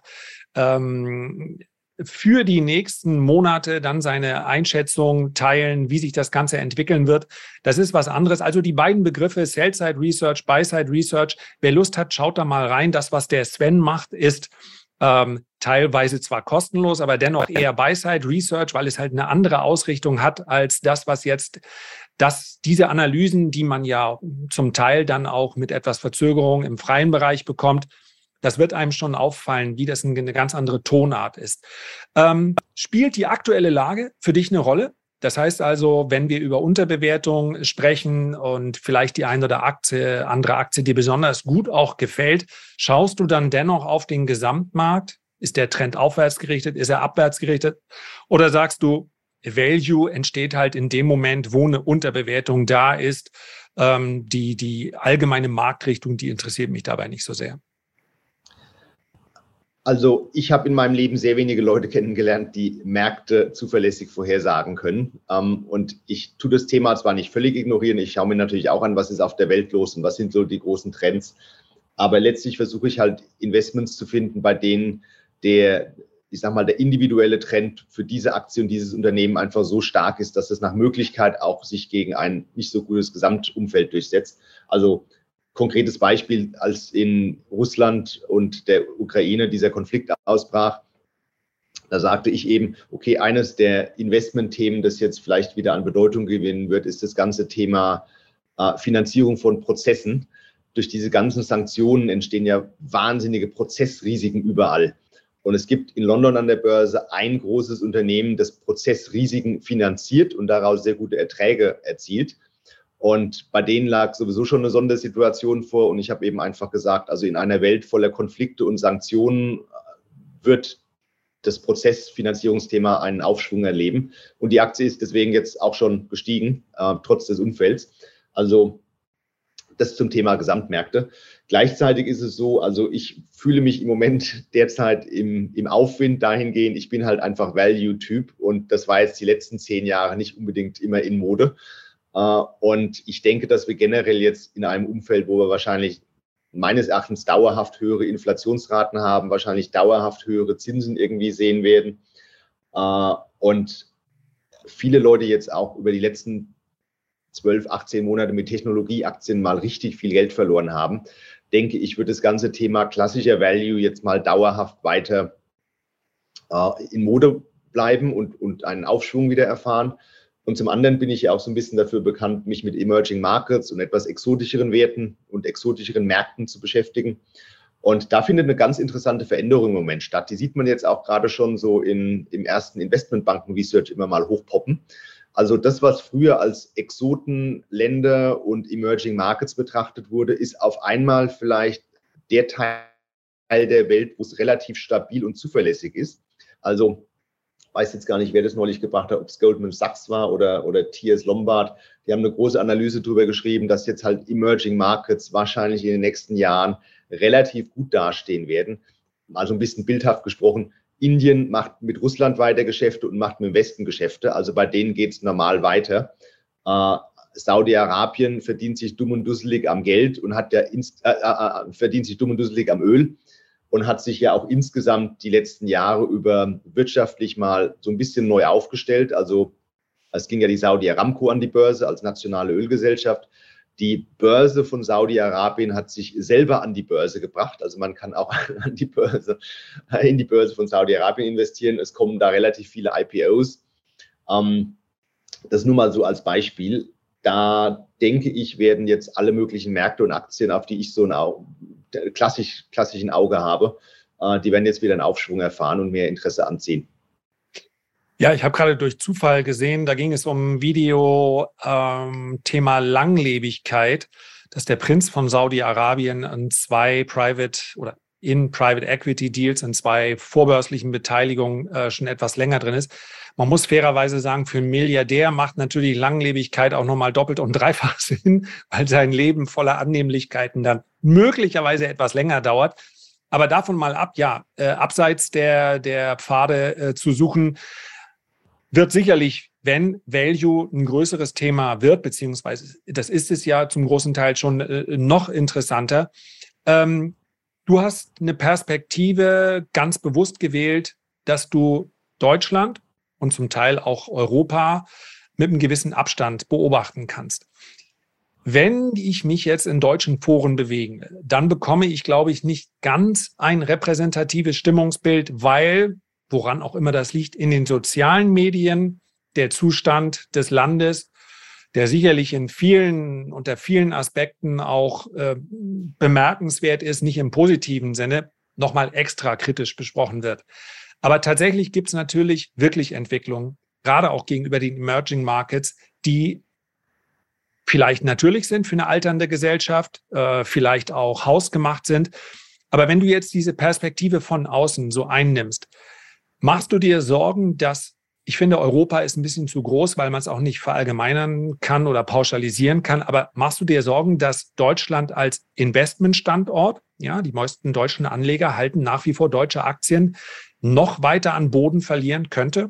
für die nächsten Monate dann seine Einschätzung teilen, wie sich das Ganze entwickeln wird. Das ist was anderes. Also die beiden Begriffe Sell-Side Research, Buy-Side Research. Wer Lust hat, schaut da mal rein. Das, was der Sven macht, ist Teilweise zwar kostenlos, aber dennoch eher Buy-Side Research, weil es halt eine andere Ausrichtung hat als das, was jetzt diese Analysen, die man ja zum Teil dann auch mit etwas Verzögerung im freien Bereich bekommt, das wird einem schon auffallen, wie das eine ganz andere Tonart ist. Spielt die aktuelle Lage für dich eine Rolle? Das heißt also, wenn wir über Unterbewertung sprechen und vielleicht die eine oder andere Aktie dir besonders gut auch gefällt, schaust du dann dennoch auf den Gesamtmarkt? Ist der Trend aufwärts gerichtet? Ist er abwärts gerichtet? Oder sagst du, Value entsteht halt in dem Moment, wo eine Unterbewertung da ist. Die allgemeine Marktrichtung, die interessiert mich dabei nicht so sehr. Also ich habe in meinem Leben sehr wenige Leute kennengelernt, die Märkte zuverlässig vorhersagen können. Und ich tue das Thema zwar nicht völlig ignorieren, ich schaue mir natürlich auch an, was ist auf der Welt los und was sind so die großen Trends. Aber letztlich versuche ich halt Investments zu finden, bei denen der individuelle Trend für diese Aktie und dieses Unternehmen einfach so stark ist, dass es nach Möglichkeit auch sich gegen ein nicht so gutes Gesamtumfeld durchsetzt. Also konkretes Beispiel, als in Russland und der Ukraine dieser Konflikt ausbrach, da sagte ich eben, okay, eines der Investmentthemen, das jetzt vielleicht wieder an Bedeutung gewinnen wird, ist das ganze Thema Finanzierung von Prozessen. Durch diese ganzen Sanktionen entstehen ja wahnsinnige Prozessrisiken überall. Und es gibt in London an der Börse ein großes Unternehmen, das Prozessrisiken finanziert und daraus sehr gute Erträge erzielt. Und bei denen lag sowieso schon eine Sondersituation vor. Und ich habe eben einfach gesagt, also in einer Welt voller Konflikte und Sanktionen wird das Prozessfinanzierungsthema einen Aufschwung erleben. Und die Aktie ist deswegen jetzt auch schon gestiegen, trotz des Umfelds. Also das zum Thema Gesamtmärkte. Gleichzeitig ist es so, also ich fühle mich im Moment derzeit im Aufwind dahingehend, ich bin halt einfach Value-Typ und das war jetzt die letzten 10 Jahre nicht unbedingt immer in Mode. Und ich denke, dass wir generell jetzt in einem Umfeld, wo wir wahrscheinlich meines Erachtens dauerhaft höhere Inflationsraten haben, wahrscheinlich dauerhaft höhere Zinsen irgendwie sehen werden. Und viele Leute jetzt auch über die letzten 12, 18 Monate mit Technologieaktien mal richtig viel Geld verloren haben, denke ich, wird das ganze Thema klassischer Value jetzt mal dauerhaft weiter in Mode bleiben und einen Aufschwung wieder erfahren. Und zum anderen bin ich ja auch so ein bisschen dafür bekannt, mich mit Emerging Markets und etwas exotischeren Werten und exotischeren Märkten zu beschäftigen. Und da findet eine ganz interessante Veränderung im Moment statt. Die sieht man jetzt auch gerade schon so im ersten Investmentbanken-Research immer mal hochpoppen. Also das, was früher als Exotenländer und Emerging Markets betrachtet wurde, ist auf einmal vielleicht der Teil der Welt, wo es relativ stabil und zuverlässig ist. Also weiß jetzt gar nicht, wer das neulich gebracht hat, ob es Goldman Sachs war oder TS Lombard. Die haben eine große Analyse darüber geschrieben, dass jetzt halt Emerging Markets wahrscheinlich in den nächsten Jahren relativ gut dastehen werden. Also ein bisschen bildhaft gesprochen, Indien macht mit Russland weiter Geschäfte und macht mit dem Westen Geschäfte. Also bei denen geht es normal weiter. Saudi-Arabien verdient sich dumm und dusselig am Geld und verdient sich dumm und dusselig am Öl. Und hat sich ja auch insgesamt die letzten Jahre über wirtschaftlich mal so ein bisschen neu aufgestellt. Also es ging ja die Saudi Aramco an die Börse als nationale Ölgesellschaft. Die Börse von Saudi-Arabien hat sich selber an die Börse gebracht. Also man kann auch in die Börse von Saudi-Arabien investieren. Es kommen da relativ viele IPOs. Das nur mal so als Beispiel. Da denke ich, werden jetzt alle möglichen Märkte und Aktien, auf die ich so ein klassischen Auge habe, die werden jetzt wieder einen Aufschwung erfahren und mehr Interesse anziehen. Ja, ich habe gerade durch Zufall gesehen, da ging es um ein Video Thema Langlebigkeit, dass der Prinz von Saudi-Arabien in Private Equity Deals in 2 vorbörslichen Beteiligungen schon etwas länger drin ist. Man muss fairerweise sagen, für einen Milliardär macht natürlich Langlebigkeit auch nochmal doppelt und dreifach Sinn, weil sein Leben voller Annehmlichkeiten dann möglicherweise etwas länger dauert. Aber davon mal ab, abseits der Pfade zu suchen, wird sicherlich, wenn Value ein größeres Thema wird, beziehungsweise das ist es ja zum großen Teil schon noch interessanter. Du hast eine Perspektive ganz bewusst gewählt, dass du Deutschland und zum Teil auch Europa mit einem gewissen Abstand beobachten kannst. Wenn ich mich jetzt in deutschen Foren bewege, dann bekomme ich, glaube ich, nicht ganz ein repräsentatives Stimmungsbild, weil, woran auch immer das liegt, in den sozialen Medien der Zustand des Landes, der sicherlich unter vielen Aspekten auch bemerkenswert ist, nicht im positiven Sinne, nochmal extra kritisch besprochen wird. Aber tatsächlich gibt es natürlich wirklich Entwicklungen, gerade auch gegenüber den Emerging Markets, die vielleicht natürlich sind für eine alternde Gesellschaft, vielleicht auch hausgemacht sind. Aber wenn du jetzt diese Perspektive von außen so einnimmst, machst du dir Sorgen, dass, ich finde, Europa ist ein bisschen zu groß, weil man es auch nicht verallgemeinern kann oder pauschalisieren kann, aber machst du dir Sorgen, dass Deutschland als Investmentstandort, ja, die meisten deutschen Anleger halten nach wie vor deutsche Aktien, noch weiter an Boden verlieren könnte?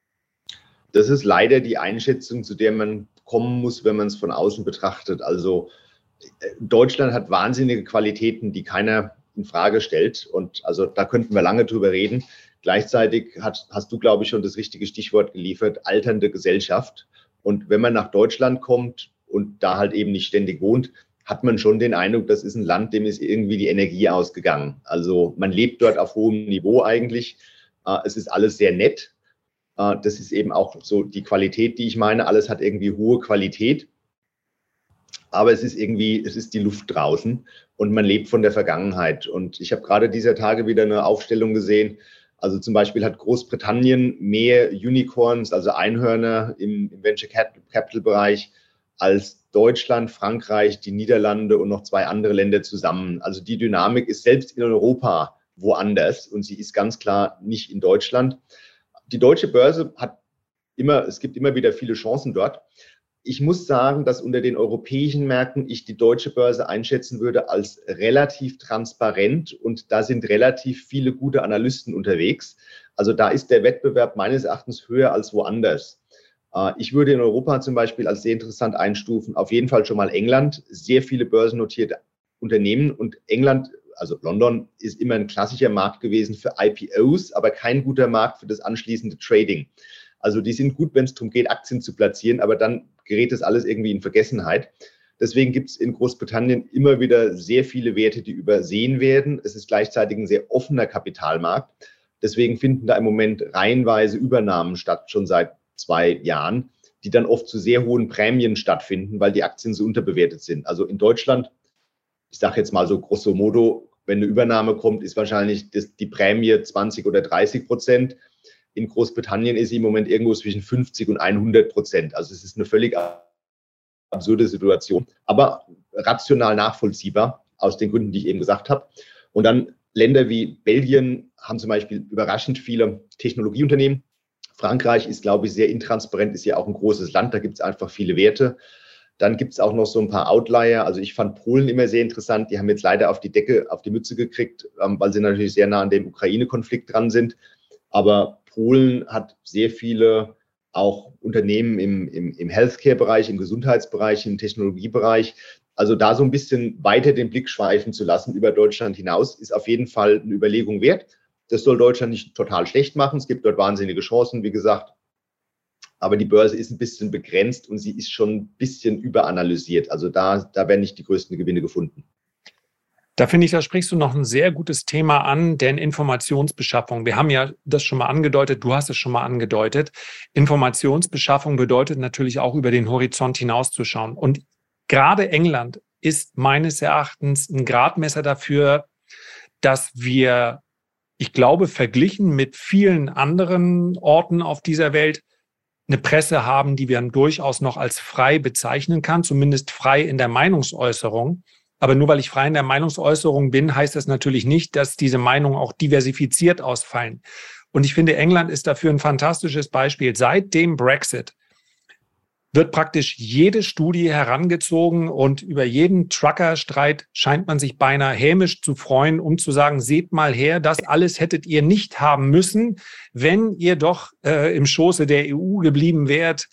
Das ist leider die Einschätzung, zu der man kommen muss, wenn man es von außen betrachtet. Also Deutschland hat wahnsinnige Qualitäten, die keiner in Frage stellt. Und also da könnten wir lange drüber reden. Gleichzeitig hast du, glaube ich, schon das richtige Stichwort geliefert, alternde Gesellschaft. Und wenn man nach Deutschland kommt und da halt eben nicht ständig wohnt, hat man schon den Eindruck, das ist ein Land, dem ist irgendwie die Energie ausgegangen. Also man lebt dort auf hohem Niveau eigentlich. Es ist alles sehr nett. Das ist eben auch so die Qualität, die ich meine. Alles hat irgendwie hohe Qualität. Aber es ist die Luft draußen und man lebt von der Vergangenheit. Und ich habe gerade dieser Tage wieder eine Aufstellung gesehen. Also zum Beispiel hat Großbritannien mehr Unicorns, also Einhörner im Venture Capital Bereich, als Deutschland, Frankreich, die Niederlande und noch 2 andere Länder zusammen. Also die Dynamik ist selbst in Europa woanders und sie ist ganz klar nicht in Deutschland. Die deutsche Börse es gibt immer wieder viele Chancen dort. Ich muss sagen, dass unter den europäischen Märkten ich die deutsche Börse einschätzen würde als relativ transparent und da sind relativ viele gute Analysten unterwegs. Also da ist der Wettbewerb meines Erachtens höher als woanders. Ich würde in Europa zum Beispiel als sehr interessant einstufen, auf jeden Fall schon mal England, sehr viele börsennotierte Unternehmen und England, also London, ist immer ein klassischer Markt gewesen für IPOs, aber kein guter Markt für das anschließende Trading. Also die sind gut, wenn es darum geht, Aktien zu platzieren, aber dann gerät das alles irgendwie in Vergessenheit. Deswegen gibt es in Großbritannien immer wieder sehr viele Werte, die übersehen werden. Es ist gleichzeitig ein sehr offener Kapitalmarkt. Deswegen finden da im Moment reihenweise Übernahmen statt, schon seit 2 Jahren, die dann oft zu sehr hohen Prämien stattfinden, weil die Aktien so unterbewertet sind. Also in Deutschland, ich sage jetzt mal so grosso modo, wenn eine Übernahme kommt, ist wahrscheinlich die Prämie 20 oder 30%. In Großbritannien ist sie im Moment irgendwo zwischen 50 und 100%. Also es ist eine völlig absurde Situation, aber rational nachvollziehbar aus den Gründen, die ich eben gesagt habe. Und dann Länder wie Belgien haben zum Beispiel überraschend viele Technologieunternehmen. Frankreich ist, glaube ich, sehr intransparent, ist ja auch ein großes Land, da gibt es einfach viele Werte. Dann gibt es auch noch so ein paar Outlier. Also ich fand Polen immer sehr interessant. Die haben jetzt leider auf die Mütze gekriegt, weil sie natürlich sehr nah an dem Ukraine-Konflikt dran sind. Aber Polen hat sehr viele auch Unternehmen im Healthcare-Bereich, im Gesundheitsbereich, im Technologiebereich. Also da so ein bisschen weiter den Blick schweifen zu lassen über Deutschland hinaus, ist auf jeden Fall eine Überlegung wert. Das soll Deutschland nicht total schlecht machen. Es gibt dort wahnsinnige Chancen, wie gesagt. Aber die Börse ist ein bisschen begrenzt und sie ist schon ein bisschen überanalysiert. Also da werden nicht die größten Gewinne gefunden. Da finde ich, da sprichst du noch ein sehr gutes Thema an, denn Informationsbeschaffung. Wir haben ja das schon mal angedeutet, du hast es schon mal angedeutet. Informationsbeschaffung bedeutet natürlich auch, über den Horizont hinauszuschauen. Und gerade England ist meines Erachtens ein Gradmesser dafür, dass wir, ich glaube, verglichen mit vielen anderen Orten auf dieser Welt, eine Presse haben, die wir durchaus noch als frei bezeichnen kann, zumindest frei in der Meinungsäußerung. Aber nur weil ich frei in der Meinungsäußerung bin, heißt das natürlich nicht, dass diese Meinungen auch diversifiziert ausfallen. Und ich finde, England ist dafür ein fantastisches Beispiel. Seit dem Brexit wird praktisch jede Studie herangezogen und über jeden Trucker-Streit scheint man sich beinahe hämisch zu freuen, um zu sagen, seht mal her, das alles hättet ihr nicht haben müssen, wenn ihr doch im Schoße der EU geblieben wärt.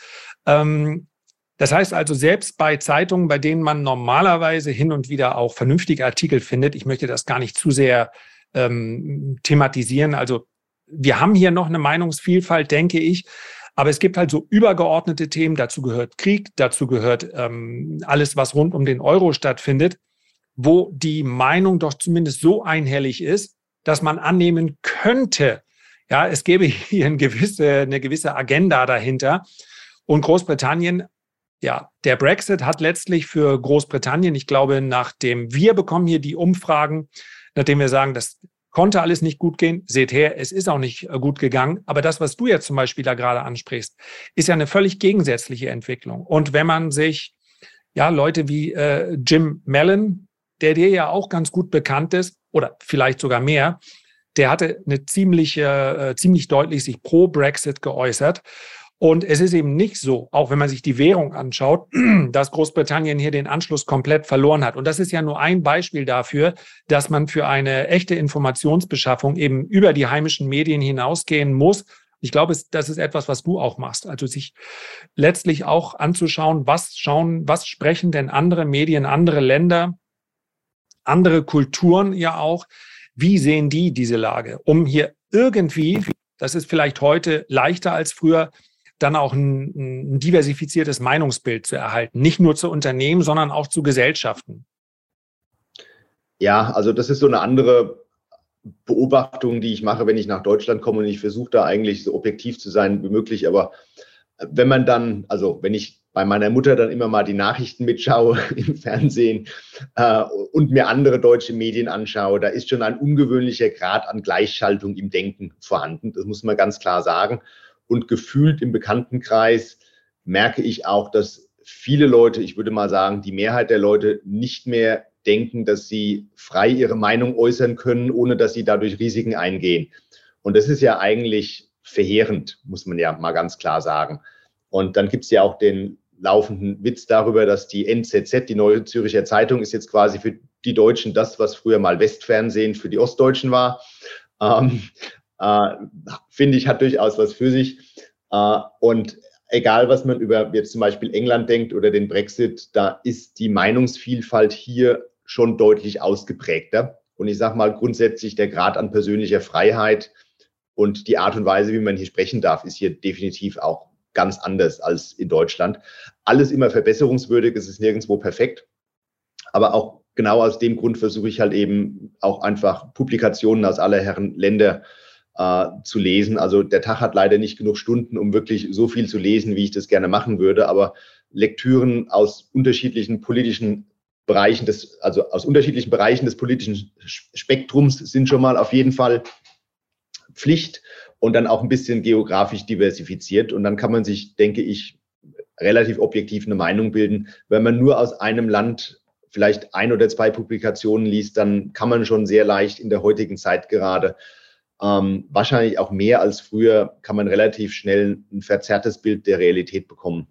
Das heißt also, selbst bei Zeitungen, bei denen man normalerweise hin und wieder auch vernünftige Artikel findet, ich möchte das gar nicht zu sehr thematisieren, also wir haben hier noch eine Meinungsvielfalt, denke ich, Aber es gibt halt so übergeordnete Themen, dazu gehört Krieg, dazu gehört alles, was rund um den Euro stattfindet, wo die Meinung doch zumindest so einhellig ist, dass man annehmen könnte, ja, es gäbe hier eine gewisse Agenda dahinter. Und Großbritannien, ja, der Brexit hat letztlich für Großbritannien, ich glaube, wir bekommen hier die Umfragen, nachdem wir sagen, das konnte alles nicht gut gehen. Seht her, es ist auch nicht gut gegangen. Aber das, was du jetzt zum Beispiel da gerade ansprichst, ist ja eine völlig gegensätzliche Entwicklung. Und wenn man sich, ja, Leute wie Jim Mellon, der dir ja auch ganz gut bekannt ist, oder vielleicht sogar mehr, der hatte ziemlich deutlich sich pro Brexit geäußert. Und es ist eben nicht so, auch wenn man sich die Währung anschaut, dass Großbritannien hier den Anschluss komplett verloren hat. Und das ist ja nur ein Beispiel dafür, dass man für eine echte Informationsbeschaffung eben über die heimischen Medien hinausgehen muss. Ich glaube, das ist etwas, was du auch machst. Also sich letztlich auch anzuschauen, was sprechen denn andere Medien, andere Länder, andere Kulturen ja auch, wie sehen die diese Lage, um hier irgendwie, das ist vielleicht heute leichter als früher, dann auch ein diversifiziertes Meinungsbild zu erhalten. Nicht nur zu Unternehmen, sondern auch zu Gesellschaften. Ja, also das ist so eine andere Beobachtung, die ich mache, wenn ich nach Deutschland komme, und ich versuche da eigentlich so objektiv zu sein wie möglich. Aber wenn man dann, also wenn ich bei meiner Mutter dann immer mal die Nachrichten mitschaue im Fernsehen und mir andere deutsche Medien anschaue, da ist schon ein ungewöhnlicher Grad an Gleichschaltung im Denken vorhanden. Das muss man ganz klar sagen. Und gefühlt im Bekanntenkreis merke ich auch, dass viele Leute, ich würde mal sagen, die Mehrheit der Leute nicht mehr denken, dass sie frei ihre Meinung äußern können, ohne dass sie dadurch Risiken eingehen. Und das ist ja eigentlich verheerend, muss man ja mal ganz klar sagen. Und dann gibt es ja auch den laufenden Witz darüber, dass die NZZ, die Neue Zürcher Zeitung, ist jetzt quasi für die Deutschen das, was früher mal Westfernsehen für die Ostdeutschen war. Finde ich, hat durchaus was für sich. Und egal, was man über jetzt zum Beispiel England denkt oder den Brexit, da ist die Meinungsvielfalt hier schon deutlich ausgeprägter. Und ich sage mal grundsätzlich, der Grad an persönlicher Freiheit und die Art und Weise, wie man hier sprechen darf, ist hier definitiv auch ganz anders als in Deutschland. Alles immer verbesserungswürdig, es ist nirgendwo perfekt. Aber auch genau aus dem Grund versuche ich halt eben auch einfach Publikationen aus aller Herren Länder zu lesen. Also der Tag hat leider nicht genug Stunden, um wirklich so viel zu lesen, wie ich das gerne machen würde. Aber Lektüren aus unterschiedlichen politischen Bereichen aus unterschiedlichen Bereichen des politischen Spektrums sind schon mal auf jeden Fall Pflicht und dann auch ein bisschen geografisch diversifiziert. Und dann kann man sich, denke ich, relativ objektiv eine Meinung bilden. Wenn man nur aus einem Land vielleicht 1 oder 2 Publikationen liest, dann kann man schon sehr leicht in der heutigen Zeit gerade wahrscheinlich auch mehr als früher, kann man relativ schnell ein verzerrtes Bild der Realität bekommen.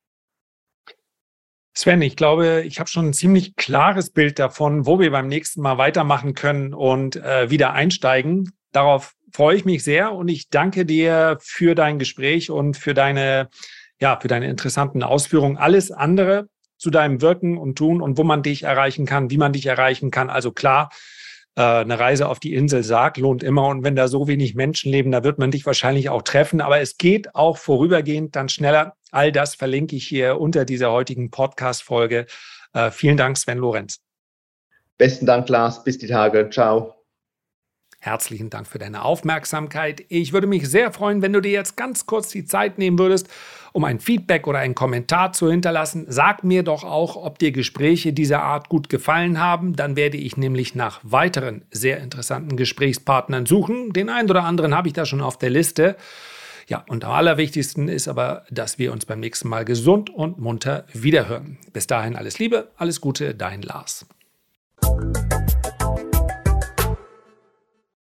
Sven, ich glaube, ich habe schon ein ziemlich klares Bild davon, wo wir beim nächsten Mal weitermachen können und wieder einsteigen. Darauf freue ich mich sehr und ich danke dir für dein Gespräch und für deine interessanten Ausführungen. Alles andere zu deinem Wirken und Tun und wo man dich erreichen kann, wie man dich erreichen kann. Also klar, eine Reise auf die Insel Sark lohnt immer. Und wenn da so wenig Menschen leben, da wird man dich wahrscheinlich auch treffen. Aber es geht auch vorübergehend dann schneller. All das verlinke ich hier unter dieser heutigen Podcast-Folge. Vielen Dank, Sven Lorenz. Besten Dank, Lars. Bis die Tage. Ciao. Herzlichen Dank für deine Aufmerksamkeit. Ich würde mich sehr freuen, wenn du dir jetzt ganz kurz die Zeit nehmen würdest, um ein Feedback oder einen Kommentar zu hinterlassen. Sag mir doch auch, ob dir Gespräche dieser Art gut gefallen haben. Dann werde ich nämlich nach weiteren sehr interessanten Gesprächspartnern suchen. Den einen oder anderen habe ich da schon auf der Liste. Ja, und am allerwichtigsten ist aber, dass wir uns beim nächsten Mal gesund und munter wiederhören. Bis dahin alles Liebe, alles Gute, dein Lars.